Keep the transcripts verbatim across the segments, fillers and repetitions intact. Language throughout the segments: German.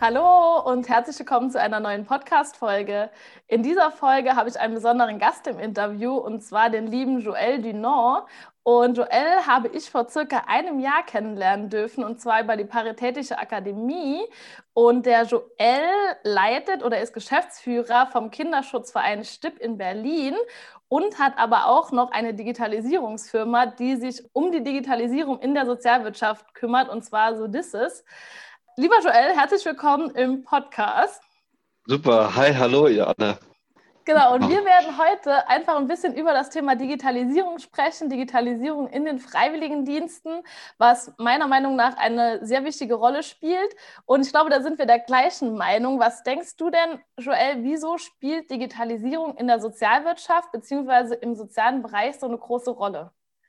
Hallo und herzlich willkommen zu einer neuen Podcast-Folge. In dieser Folge habe ich einen besonderen Gast im Interview und zwar den lieben Joël Dunant. Und Joël habe ich vor circa einem Jahr kennenlernen dürfen und zwar über die Paritätische Akademie. Und der Joël leitet oder ist Geschäftsführer vom Kinderschutzverein Stipp in Berlin und hat aber auch noch eine Digitalisierungsfirma, die sich um die Digitalisierung in der Sozialwirtschaft kümmert, und zwar Sodissis. Lieber Joël, herzlich willkommen im Podcast. Super, hi, hallo ihr alle. Genau, und wir werden heute einfach ein bisschen über das Thema Digitalisierung sprechen, Digitalisierung in den Freiwilligendiensten, was meiner Meinung nach eine sehr wichtige Rolle spielt. Und ich glaube, da sind wir der gleichen Meinung. Was denkst du denn, Joël, wieso spielt Digitalisierung in der Sozialwirtschaft bzw. im sozialen Bereich so eine große Rolle?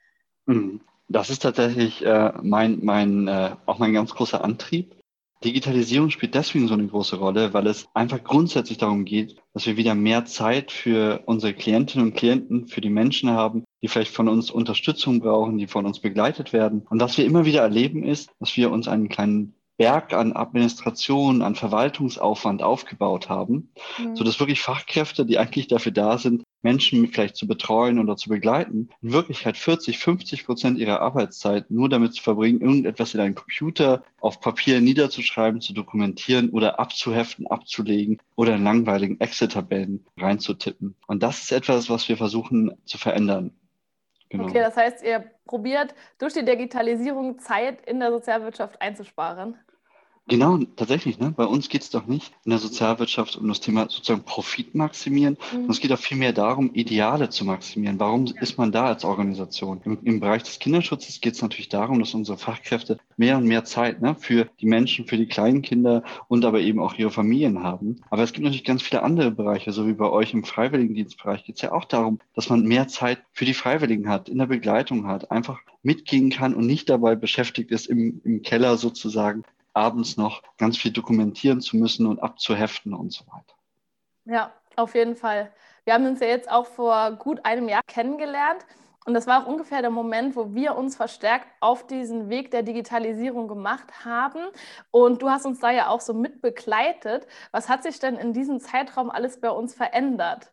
Das ist tatsächlich äh, mein, mein, äh, auch mein ganz großer Antrieb. Digitalisierung spielt deswegen so eine große Rolle, weil es einfach grundsätzlich darum geht, dass wir wieder mehr Zeit für unsere Klientinnen und Klienten, für die Menschen haben, die vielleicht von uns Unterstützung brauchen, die von uns begleitet werden. Und was wir immer wieder erleben ist, dass wir uns einen kleinen Berg an Administration, an Verwaltungsaufwand aufgebaut haben, Mhm. sodass wirklich Fachkräfte, die eigentlich dafür da sind, Menschen vielleicht zu betreuen oder zu begleiten, in Wirklichkeit vierzig, fünfzig Prozent ihrer Arbeitszeit nur damit zu verbringen, irgendetwas in einen Computer auf Papier niederzuschreiben, zu dokumentieren oder abzuheften, abzulegen oder in langweiligen Excel-Tabellen reinzutippen. Und das ist etwas, was wir versuchen zu verändern. Genau. Okay, das heißt, ihr probiert durch die Digitalisierung Zeit in der Sozialwirtschaft einzusparen. Genau, tatsächlich. Ne? Bei uns geht es doch nicht in der Sozialwirtschaft um das Thema sozusagen Profit maximieren, sondern es geht auch vielmehr darum, Ideale zu maximieren. Warum Ja. ist man da als Organisation? Im, im Bereich des Kinderschutzes geht es natürlich darum, dass unsere Fachkräfte mehr und mehr Zeit ne, für die Menschen, für die kleinen Kinder und aber eben auch ihre Familien haben. Aber es gibt natürlich ganz viele andere Bereiche, so wie bei euch im Freiwilligendienstbereich geht es ja auch darum, dass man mehr Zeit für die Freiwilligen hat, in der Begleitung hat, einfach mitgehen kann und nicht dabei beschäftigt ist, im, im Keller sozusagen abends noch ganz viel dokumentieren zu müssen und abzuheften und so weiter. Ja, auf jeden Fall. Wir haben uns ja jetzt auch vor gut einem Jahr kennengelernt und das war auch ungefähr der Moment, wo wir uns verstärkt auf diesen Weg der Digitalisierung gemacht haben. Und du hast uns da ja auch so mit begleitet. Was hat sich denn in diesem Zeitraum alles bei uns verändert?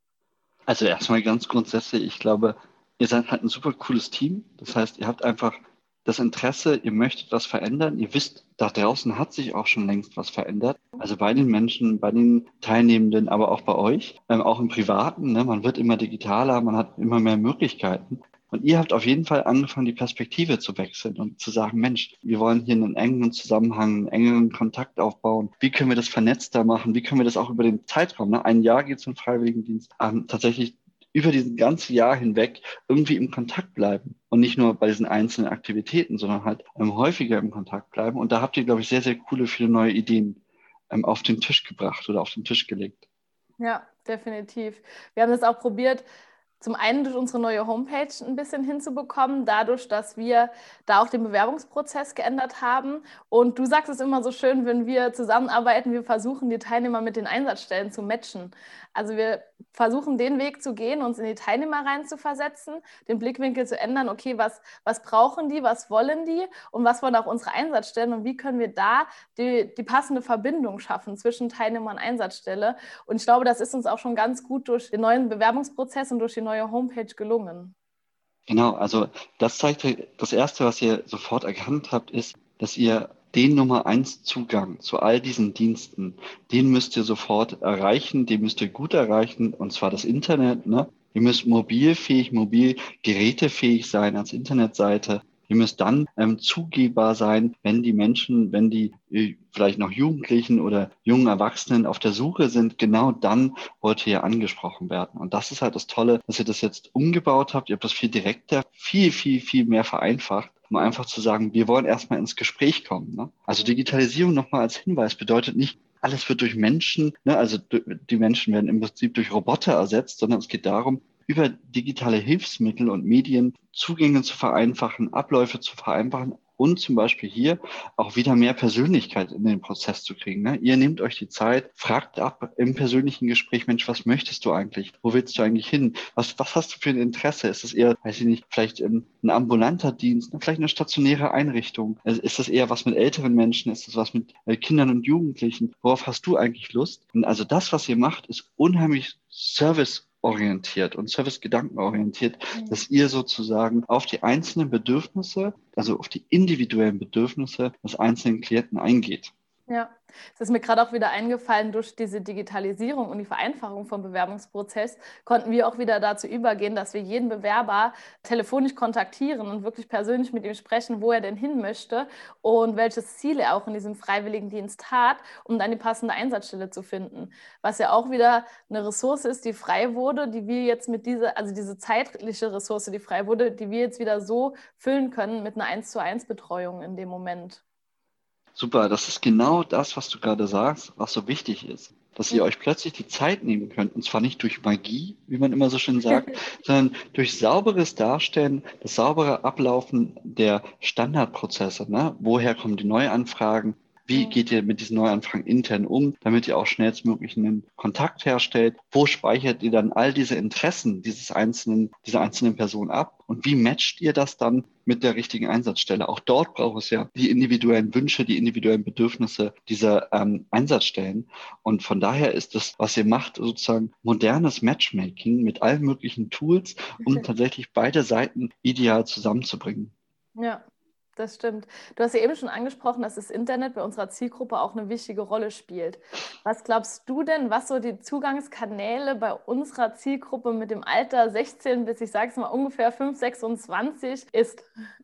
Also erstmal ganz grundsätzlich, ich glaube, ihr seid halt ein super cooles Team. Das heißt, ihr habt einfach das Interesse, ihr möchtet was verändern. Ihr wisst, da draußen hat sich auch schon längst was verändert. Also bei den Menschen, bei den Teilnehmenden, aber auch bei euch, ähm, auch im Privaten. Ne? Man wird immer digitaler, man hat immer mehr Möglichkeiten. Und ihr habt auf jeden Fall angefangen, die Perspektive zu wechseln und zu sagen, Mensch, wir wollen hier einen engen Zusammenhang, einen engeren Kontakt aufbauen. Wie können wir das vernetzter machen? Wie können wir das auch über den Zeitraum, ne? Ein Jahr geht es im Freiwilligendienst, ähm, tatsächlich über diesen ganzen Jahr hinweg irgendwie im Kontakt bleiben und nicht nur bei diesen einzelnen Aktivitäten, sondern halt ähm, häufiger im Kontakt bleiben. Und da habt ihr, glaube ich, sehr, sehr coole, viele neue Ideen ähm, auf den Tisch gebracht oder auf den Tisch gelegt. Ja, definitiv. Wir haben das auch probiert, zum einen durch unsere neue Homepage ein bisschen hinzubekommen, dadurch, dass wir da auch den Bewerbungsprozess geändert haben. Und du sagst es immer so schön, wenn wir zusammenarbeiten, wir versuchen, die Teilnehmer mit den Einsatzstellen zu matchen. Also wir versuchen, den Weg zu gehen, uns in die Teilnehmer reinzuversetzen, den Blickwinkel zu ändern, okay, was, was brauchen die, was wollen die und was wollen auch unsere Einsatzstellen und wie können wir da die, die passende Verbindung schaffen zwischen Teilnehmer und Einsatzstelle. Und ich glaube, das ist uns auch schon ganz gut durch den neuen Bewerbungsprozess und durch die neue Homepage gelungen. Genau, also das zeigt, das Erste, was ihr sofort erkannt habt, ist, dass ihr den Nummer eins Zugang zu all diesen Diensten, den müsst ihr sofort erreichen, den müsst ihr gut erreichen, und zwar das Internet, ne? Ihr müsst mobilfähig, mobilgerätefähig sein als Internetseite. Ihr müsst dann ähm, zugehbar sein, wenn die Menschen, wenn die äh, vielleicht noch Jugendlichen oder jungen Erwachsenen auf der Suche sind, genau dann wollt ihr angesprochen werden. Und das ist halt das Tolle, dass ihr das jetzt umgebaut habt. Ihr habt das viel direkter, viel, viel, viel mehr vereinfacht, um einfach zu sagen, wir wollen erstmal ins Gespräch kommen. Ne? Also Digitalisierung nochmal als Hinweis bedeutet nicht, alles wird durch Menschen, ne? Also die Menschen werden im Prinzip durch Roboter ersetzt, sondern es geht darum, über digitale Hilfsmittel und Medien Zugänge zu vereinfachen, Abläufe zu vereinfachen, und zum Beispiel hier auch wieder mehr Persönlichkeit in den Prozess zu kriegen. Ne? Ihr nehmt euch die Zeit, fragt ab im persönlichen Gespräch, Mensch, was möchtest du eigentlich? Wo willst du eigentlich hin? Was, was hast du für ein Interesse? Ist es eher, weiß ich nicht, vielleicht ähm, ein ambulanter Dienst, ne? Vielleicht eine stationäre Einrichtung? Also ist das eher was mit älteren Menschen? Ist das was mit äh, Kindern und Jugendlichen? Worauf hast du eigentlich Lust? Und also das, was ihr macht, ist unheimlich serviceorientiert und servicegedankenorientiert, dass ihr sozusagen auf die einzelnen Bedürfnisse, also auf die individuellen Bedürfnisse des einzelnen Klienten eingeht. Ja, es ist mir gerade auch wieder eingefallen, durch diese Digitalisierung und die Vereinfachung vom Bewerbungsprozess konnten wir auch wieder dazu übergehen, dass wir jeden Bewerber telefonisch kontaktieren und wirklich persönlich mit ihm sprechen, wo er denn hin möchte und welches Ziel er auch in diesem Freiwilligendienst hat, um dann die passende Einsatzstelle zu finden. Was ja auch wieder eine Ressource ist, die frei wurde, die wir jetzt mit dieser, also diese zeitliche Ressource, die frei wurde, die wir jetzt wieder so füllen können mit einer eins zu eins Betreuung in dem Moment. Super, das ist genau das, was du gerade sagst, was so wichtig ist. Dass ihr euch plötzlich die Zeit nehmen könnt, und zwar nicht durch Magie, wie man immer so schön sagt, sondern durch sauberes Darstellen, das saubere Ablaufen der Standardprozesse. Ne? Woher kommen die Neuanfragen? Wie geht ihr mit diesen Neuanfragen intern um, damit ihr auch schnellstmöglich einen Kontakt herstellt? Wo speichert ihr dann all diese Interessen dieses einzelnen, dieser einzelnen Person ab? Und wie matcht ihr das dann mit der richtigen Einsatzstelle? Auch dort braucht es ja die individuellen Wünsche, die individuellen Bedürfnisse dieser ähm, Einsatzstellen. Und von daher ist das, was ihr macht, sozusagen modernes Matchmaking mit allen möglichen Tools, um tatsächlich beide Seiten ideal zusammenzubringen. Ja, das stimmt. Du hast ja eben schon angesprochen, dass das Internet bei unserer Zielgruppe auch eine wichtige Rolle spielt. Was glaubst du denn, was so die Zugangskanäle bei unserer Zielgruppe mit dem Alter sechzehn bis, ich sage es mal, ungefähr fünf, sechsundzwanzig ist?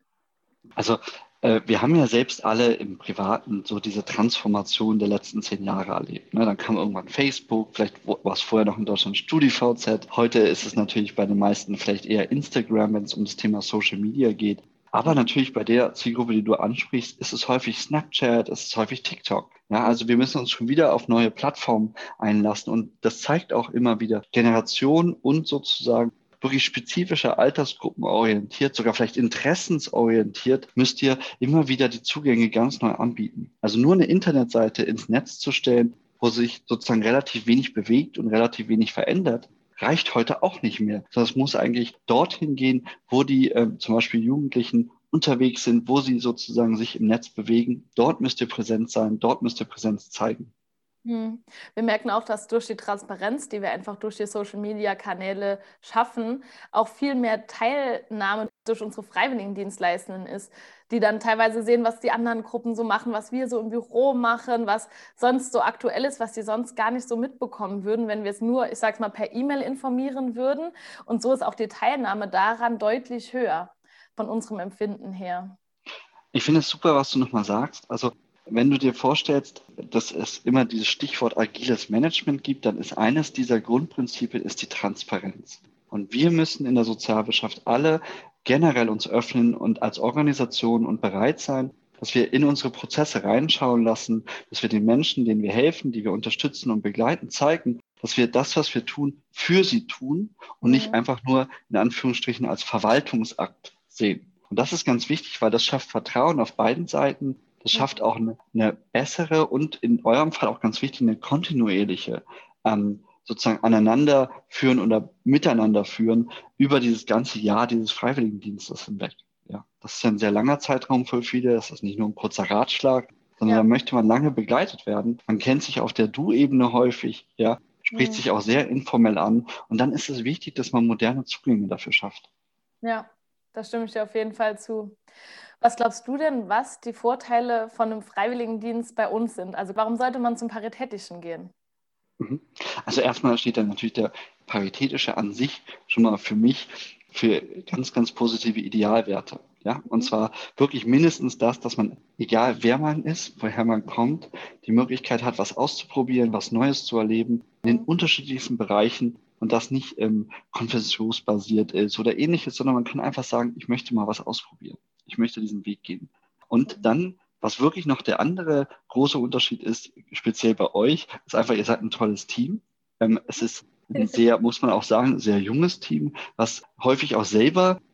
Also äh, wir haben ja selbst alle im Privaten so diese Transformation der letzten zehn Jahre erlebt. Ne? Dann kam irgendwann Facebook, vielleicht war es vorher noch in Deutschland StudiVZ. Heute ist es natürlich bei den meisten vielleicht eher Instagram, wenn es um das Thema Social Media geht. Aber natürlich bei der Zielgruppe, die du ansprichst, ist es häufig Snapchat, ist es häufig TikTok. Ja, also wir müssen uns schon wieder auf neue Plattformen einlassen. Und das zeigt auch immer wieder Generation und sozusagen wirklich spezifische Altersgruppen orientiert, sogar vielleicht interessensorientiert, müsst ihr immer wieder die Zugänge ganz neu anbieten. Also nur eine Internetseite ins Netz zu stellen, wo sich sozusagen relativ wenig bewegt und relativ wenig verändert, reicht heute auch nicht mehr. Das muss eigentlich dorthin gehen, wo die äh, zum Beispiel Jugendlichen unterwegs sind, wo sie sozusagen sich im Netz bewegen. Dort müsst ihr präsent sein, dort müsst ihr Präsenz zeigen. Hm. Wir merken auch, dass durch die Transparenz, die wir einfach durch die Social-Media-Kanäle schaffen, auch viel mehr Teilnahme durch unsere Freiwilligendienstleistenden ist, die dann teilweise sehen, was die anderen Gruppen so machen, was wir so im Büro machen, was sonst so aktuell ist, was die sonst gar nicht so mitbekommen würden, wenn wir es nur, ich sage es mal, per E-Mail informieren würden. Und so ist auch die Teilnahme daran deutlich höher von unserem Empfinden her. Ich finde es super, was du nochmal sagst. Also wenn du dir vorstellst, dass es immer dieses Stichwort agiles Management gibt, dann ist eines dieser Grundprinzipien ist die Transparenz. Und wir müssen in der Sozialwirtschaft alle generell uns öffnen und als Organisation und bereit sein, dass wir in unsere Prozesse reinschauen lassen, dass wir den Menschen, denen wir helfen, die wir unterstützen und begleiten, zeigen, dass wir das, was wir tun, für sie tun und Mhm. nicht einfach nur in Anführungsstrichen als Verwaltungsakt sehen. Und das ist ganz wichtig, weil das schafft Vertrauen auf beiden Seiten. Das schafft auch eine, eine bessere und in eurem Fall auch ganz wichtig, eine kontinuierliche ähm, sozusagen aneinander führen oder miteinander führen über dieses ganze Jahr dieses Freiwilligendienstes hinweg. Ja, das ist ja ein sehr langer Zeitraum für viele. Das ist nicht nur ein kurzer Ratschlag, sondern Ja. da möchte man lange begleitet werden. Man kennt sich auf der Du-Ebene häufig, ja, spricht Mhm. sich auch sehr informell an. Und dann ist es wichtig, dass man moderne Zugänge dafür schafft. Ja, da stimme ich dir auf jeden Fall zu. Was glaubst du denn, was die Vorteile von einem Freiwilligendienst bei uns sind? Also warum sollte man zum Paritätischen gehen? Mhm. Also erstmal steht dann natürlich der Paritätische an sich schon mal für mich für ganz, ganz positive Idealwerte. Ja, und Mhm. zwar wirklich mindestens das, dass man, egal wer man ist, woher man kommt, die Möglichkeit hat, was auszuprobieren, was Neues zu erleben, in den unterschiedlichsten Bereichen und das nicht ähm, konfessionsbasiert ist oder ähnliches, sondern man kann einfach sagen, ich möchte mal was ausprobieren. Ich möchte diesen Weg gehen. Und dann, was wirklich noch der andere große Unterschied ist, speziell bei euch, ist einfach, ihr seid ein tolles Team. Ähm, es ist ein sehr, muss man auch sagen, sehr junges Team, was häufig auch selber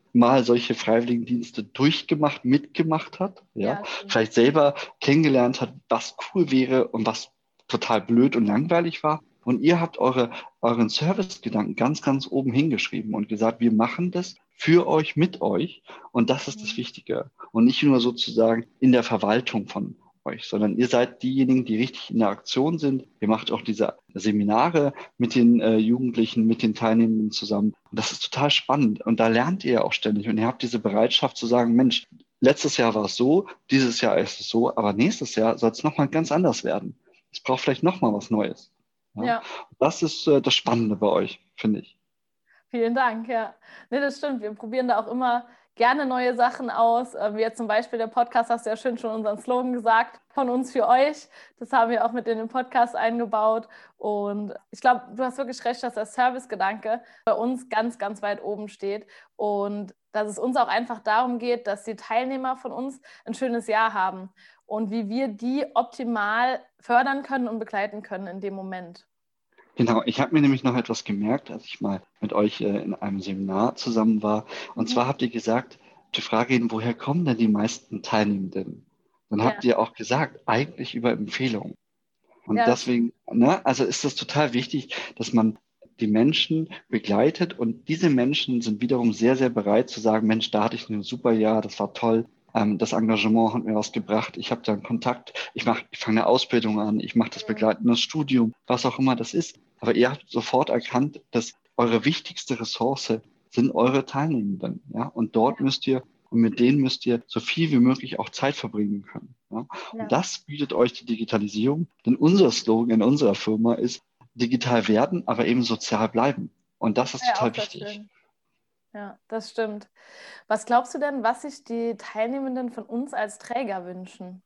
mal solche Freiwilligendienste durchgemacht, mitgemacht hat, ja, Ja, stimmt. vielleicht selber kennengelernt hat, was cool wäre und was total blöd und langweilig war. Und ihr habt eure, euren Servicegedanken ganz, ganz oben hingeschrieben und gesagt, wir machen das für euch, mit euch. Und das ist das Mhm. Wichtige. Und nicht nur sozusagen in der Verwaltung von euch, sondern ihr seid diejenigen, die richtig in der Aktion sind. Ihr macht auch diese Seminare mit den äh, Jugendlichen, mit den Teilnehmenden zusammen. Und das ist total spannend. Und da lernt ihr auch ständig. Und ihr habt diese Bereitschaft zu sagen, Mensch, letztes Jahr war es so, dieses Jahr ist es so, aber nächstes Jahr soll es nochmal ganz anders werden. Es braucht vielleicht nochmal was Neues. Ja? Und Ja. das ist äh, das Spannende bei euch, finde ich. Vielen Dank, ja. Nee, das stimmt. Wir probieren da auch immer gerne neue Sachen aus. Äh, Wie jetzt zum Beispiel der Podcast, hast du ja schön schon unseren Slogan gesagt, von uns für euch. Das haben wir auch mit in den Podcast eingebaut. Und ich glaube, du hast wirklich recht, dass der Servicegedanke bei uns ganz, ganz weit oben steht. Und dass es uns auch einfach darum geht, dass die Teilnehmer von uns ein schönes Jahr haben und wie wir die optimal fördern können und begleiten können in dem Moment. Genau, ich habe mir nämlich noch etwas gemerkt, als ich mal mit euch äh, in einem Seminar zusammen war. Und zwar Mhm. habt ihr gesagt, die Frage eben, woher kommen denn die meisten Teilnehmenden? Dann Ja, habt ihr auch gesagt, eigentlich über Empfehlungen. Und ja, stimmt. deswegen, ne, also ist das total wichtig, dass man die Menschen begleitet und diese Menschen sind wiederum sehr, sehr bereit zu sagen, Mensch, da hatte ich ein super Jahr, das war toll, ähm, das Engagement hat mir was gebracht, ich habe da einen Kontakt, ich mache, ich fange eine Ausbildung an, ich mache das begleitende Studium, was auch immer das ist. Aber ihr habt sofort erkannt, dass eure wichtigste Ressource sind eure Teilnehmenden, ja, und dort müsst ihr und mit denen müsst ihr so viel wie möglich auch Zeit verbringen können. Ja? Und Ja, das bietet euch die Digitalisierung. Denn unser Slogan in unserer Firma ist digital werden, aber eben sozial bleiben. Und das ist ja, auch total sehr wichtig. schön. Ja, das stimmt. Was glaubst du denn, was sich die Teilnehmenden von uns als Träger wünschen?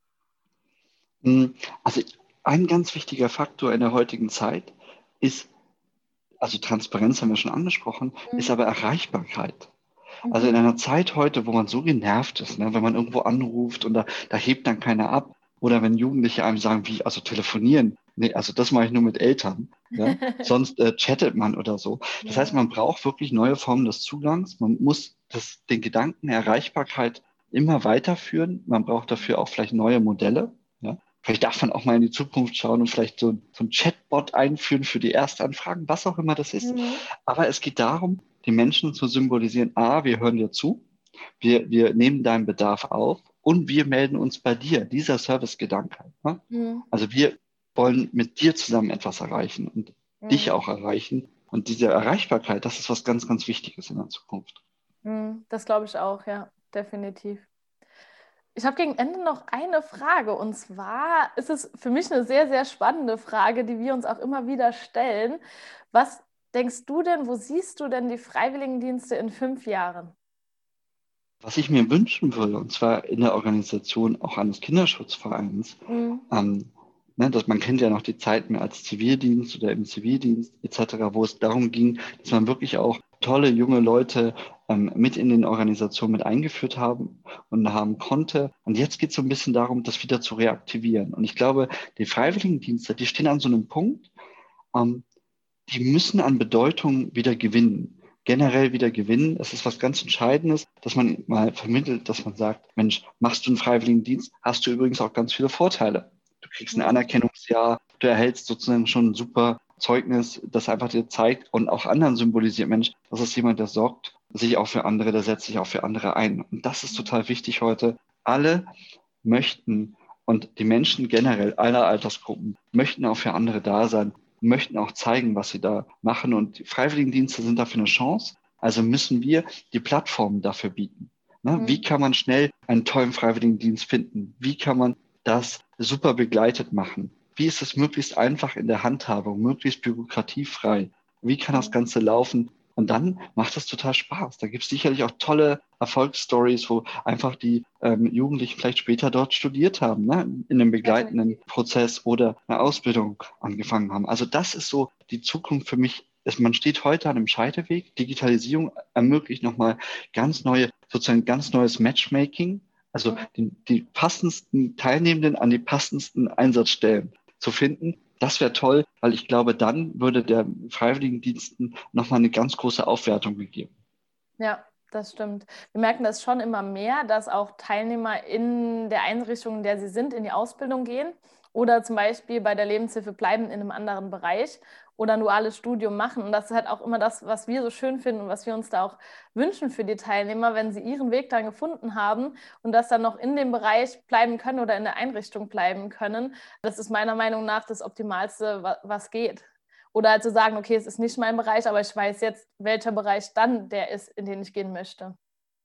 Hm, Also ein ganz wichtiger Faktor in der heutigen Zeit ist, also Transparenz haben wir schon angesprochen, ist Mhm. aber Erreichbarkeit. Also in Mhm. einer Zeit heute, wo man so genervt ist, ne, wenn man irgendwo anruft und da, da hebt dann keiner ab, oder wenn Jugendliche einem sagen, wie, also telefonieren, nee, also das mache ich nur mit Eltern, ja, sonst äh, chattet man oder so. Das heißt, Mhm. man braucht wirklich neue Formen des Zugangs, man muss das, den Gedanken Erreichbarkeit immer weiterführen, man braucht dafür auch vielleicht neue Modelle, ja. Vielleicht darf man auch mal in die Zukunft schauen und vielleicht so, so ein Chatbot einführen für die Erstanfragen, was auch immer das ist. Mhm. Aber es geht darum, den Menschen zu symbolisieren, A, wir hören dir zu, wir, wir nehmen deinen Bedarf auf und wir melden uns bei dir, dieser Servicegedanke. Ne? Mhm. Also wir wollen mit dir zusammen etwas erreichen und dich Mhm. auch erreichen. Und diese Erreichbarkeit, das ist was ganz, ganz Wichtiges in der Zukunft. Mhm. Das glaube ich auch, ja, definitiv. Ich habe gegen Ende noch eine Frage und zwar ist es für mich eine sehr, sehr spannende Frage, die wir uns auch immer wieder stellen. Was denkst du denn, wo siehst du denn die Freiwilligendienste in fünf Jahren? Was ich mir wünschen würde, und zwar in der Organisation auch eines Kinderschutzvereins, Mhm. ähm, ne, dass man kennt ja noch die Zeiten als Zivildienst oder im Zivildienst et cetera, wo es darum ging, dass man wirklich auch tolle junge Leute ähm, mit in den Organisationen mit eingeführt haben und haben konnte. Und jetzt geht es so ein bisschen darum, das wieder zu reaktivieren. Und ich glaube, die Freiwilligendienste, die stehen an so einem Punkt, ähm, die müssen an Bedeutung wieder gewinnen, generell wieder gewinnen. Es ist was ganz Entscheidendes, dass man mal vermittelt, dass man sagt, Mensch, machst du einen Freiwilligendienst, hast du übrigens auch ganz viele Vorteile. Du kriegst ein Mhm. Anerkennungsjahr, du erhältst sozusagen schon ein super Zeugnis, das einfach dir zeigt und auch anderen symbolisiert, Mensch, das ist jemand, der sorgt sich auch für andere, der setzt sich auch für andere ein. Und das ist total wichtig heute. Alle möchten und die Menschen generell aller Altersgruppen möchten auch für andere da sein, möchten auch zeigen, was sie da machen. Und die Freiwilligendienste sind dafür eine Chance. Also müssen wir die Plattformen dafür bieten. Ne? Wie Mhm. kann man schnell einen tollen Freiwilligendienst finden? Wie kann man das super begleitet machen? Wie ist es möglichst einfach in der Handhabung, möglichst bürokratiefrei? Wie kann das Mhm. Ganze laufen? Und dann macht es total Spaß. Da gibt es sicherlich auch tolle Erfolgsstories, wo einfach die ähm, Jugendlichen vielleicht später dort studiert haben, ne? In einem begleitenden Definitiv. Prozess oder eine Ausbildung angefangen haben. Also das ist so die Zukunft für mich. Ist, man steht heute an einem Scheideweg. Digitalisierung ermöglicht nochmal ganz neue, sozusagen ganz neues Matchmaking, also Mhm. die, die passendsten Teilnehmenden an die passendsten Einsatzstellen zu finden. Das wäre toll, weil ich glaube, dann würde der Freiwilligendiensten nochmal eine ganz große Aufwertung gegeben. Ja, Das stimmt. Wir merken das schon immer mehr, dass auch Teilnehmer in der Einrichtung, in der sie sind, in die Ausbildung gehen oder zum Beispiel bei der Lebenshilfe bleiben in einem anderen Bereich oder ein duales Studium machen. Und das ist halt auch immer das, was wir so schön finden und was wir uns da auch wünschen für die Teilnehmer, wenn sie ihren Weg dann gefunden haben und das dann noch in dem Bereich bleiben können oder in der Einrichtung bleiben können. Das ist meiner Meinung nach das Optimalste, was geht. Oder halt zu sagen, okay, es ist nicht mein Bereich, aber ich weiß jetzt, welcher Bereich dann der ist, in den ich gehen möchte.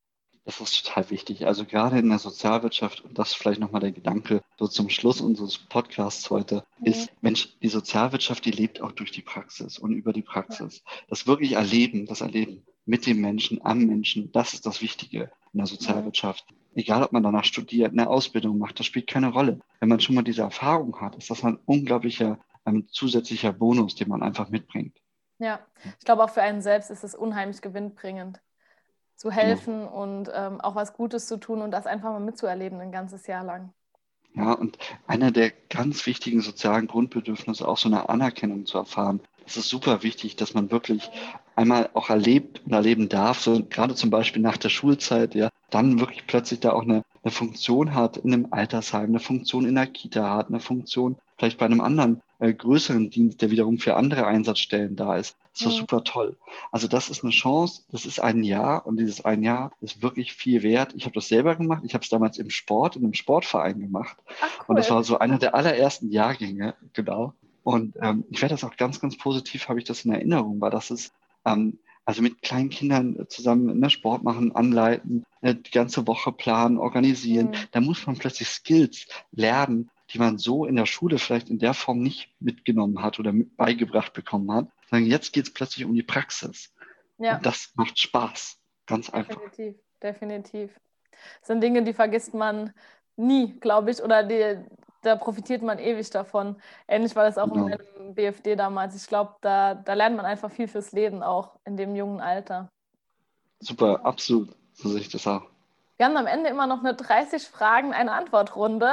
Das ist total wichtig. Also gerade in der Sozialwirtschaft, und das ist vielleicht nochmal der Gedanke so zum Schluss unseres Podcasts heute, ist, Mensch, die Sozialwirtschaft, die lebt auch durch die Praxis und über die Praxis. Das wirklich Erleben, das Erleben mit dem Menschen, am Menschen, das ist das Wichtige in der Sozialwirtschaft. Egal, ob man danach studiert, eine Ausbildung macht, das spielt keine Rolle. Wenn man schon mal diese Erfahrung hat, ist das ein unglaublicher ein zusätzlicher Bonus, den man einfach mitbringt. Ja, ich glaube auch für einen selbst ist es unheimlich gewinnbringend, zu helfen genau. und ähm, auch was Gutes zu tun und das einfach mal mitzuerleben ein ganzes Jahr lang. Ja, und einer der ganz wichtigen sozialen Grundbedürfnisse, auch so eine Anerkennung zu erfahren. Es ist super wichtig, dass man wirklich einmal auch erlebt und erleben darf, so gerade zum Beispiel nach der Schulzeit, ja, dann wirklich plötzlich da auch eine, eine Funktion hat in einem Altersheim, eine Funktion in der Kita hat, eine Funktion vielleicht bei einem anderen äh, größeren Dienst, der wiederum für andere Einsatzstellen da ist. Das ist doch super toll. Also das ist eine Chance, das ist ein Jahr und dieses ein Jahr ist wirklich viel wert. Ich habe das selber gemacht. Ich habe es damals im Sport, in einem Sportverein gemacht. Ach, cool. Und das war so einer der allerersten Jahrgänge, genau. Und ähm, ich werde das auch ganz, ganz positiv, habe ich das in Erinnerung, weil das ist, ähm, also mit kleinen Kindern zusammen ne, Sport machen, anleiten, ne, die ganze Woche planen, organisieren. Mhm. Da muss man plötzlich Skills lernen, die man so in der Schule vielleicht in der Form nicht mitgenommen hat oder mit beigebracht bekommen hat. Sondern jetzt geht es plötzlich um die Praxis. Ja. Und das macht Spaß. Ganz einfach. Definitiv, definitiv. Das sind Dinge, die vergisst man nie, glaube ich, oder die, da profitiert man ewig davon. Ähnlich war das auch genau. in meinem B F D damals. Ich glaube, da, da lernt man einfach viel fürs Leben auch in dem jungen Alter. Super, absolut. So sehe ich das auch. Wir haben am Ende immer noch eine dreißig Fragen, eine Antwortrunde.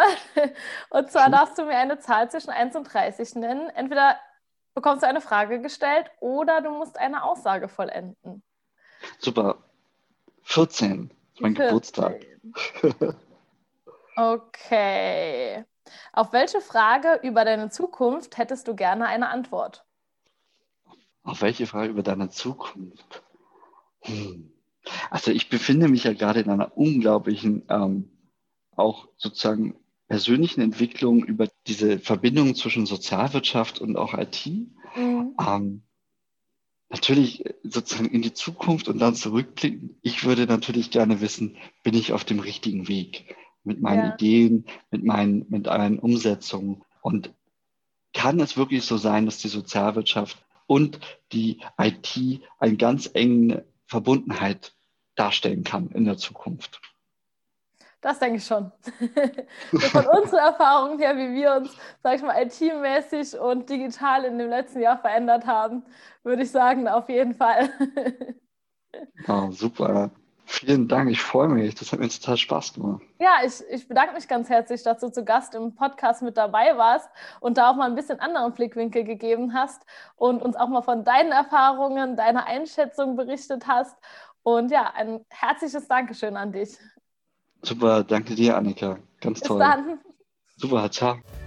Und zwar darfst du mir eine Zahl zwischen eins und dreißig nennen. Entweder bekommst du eine Frage gestellt oder du musst eine Aussage vollenden. Super. vierzehn ist mein vierzehn. Geburtstag. Okay. Auf welche Frage über deine Zukunft hättest du gerne eine Antwort? Auf welche Frage über deine Zukunft? Hm. Also ich befinde mich ja gerade in einer unglaublichen, ähm, auch sozusagen persönlichen Entwicklung über diese Verbindung zwischen Sozialwirtschaft und auch I T. Mhm. Ähm, natürlich sozusagen in die Zukunft und dann zurückblicken. Ich würde natürlich gerne wissen, bin ich auf dem richtigen Weg mit meinen ja. Ideen, mit meinen, mit meinen Umsetzungen? Und kann es wirklich so sein, dass die Sozialwirtschaft und die I T eine ganz enge Verbundenheit darstellen kann in der Zukunft? Das denke ich schon. So von unseren Erfahrungen her, wie wir uns, sag ich mal, I T-mäßig und digital in dem letzten Jahr verändert haben, würde ich sagen, auf jeden Fall. Oh, super. Vielen Dank, ich freue mich. Das hat mir total Spaß gemacht. Ja, ich, ich bedanke mich ganz herzlich, dass du zu Gast im Podcast mit dabei warst und da auch mal ein bisschen anderen Blickwinkel gegeben hast und uns auch mal von deinen Erfahrungen, deiner Einschätzung berichtet hast. Und ja, ein herzliches Dankeschön an dich. Super, danke dir, Annika. Ganz Bis toll. Dann. Super, ciao.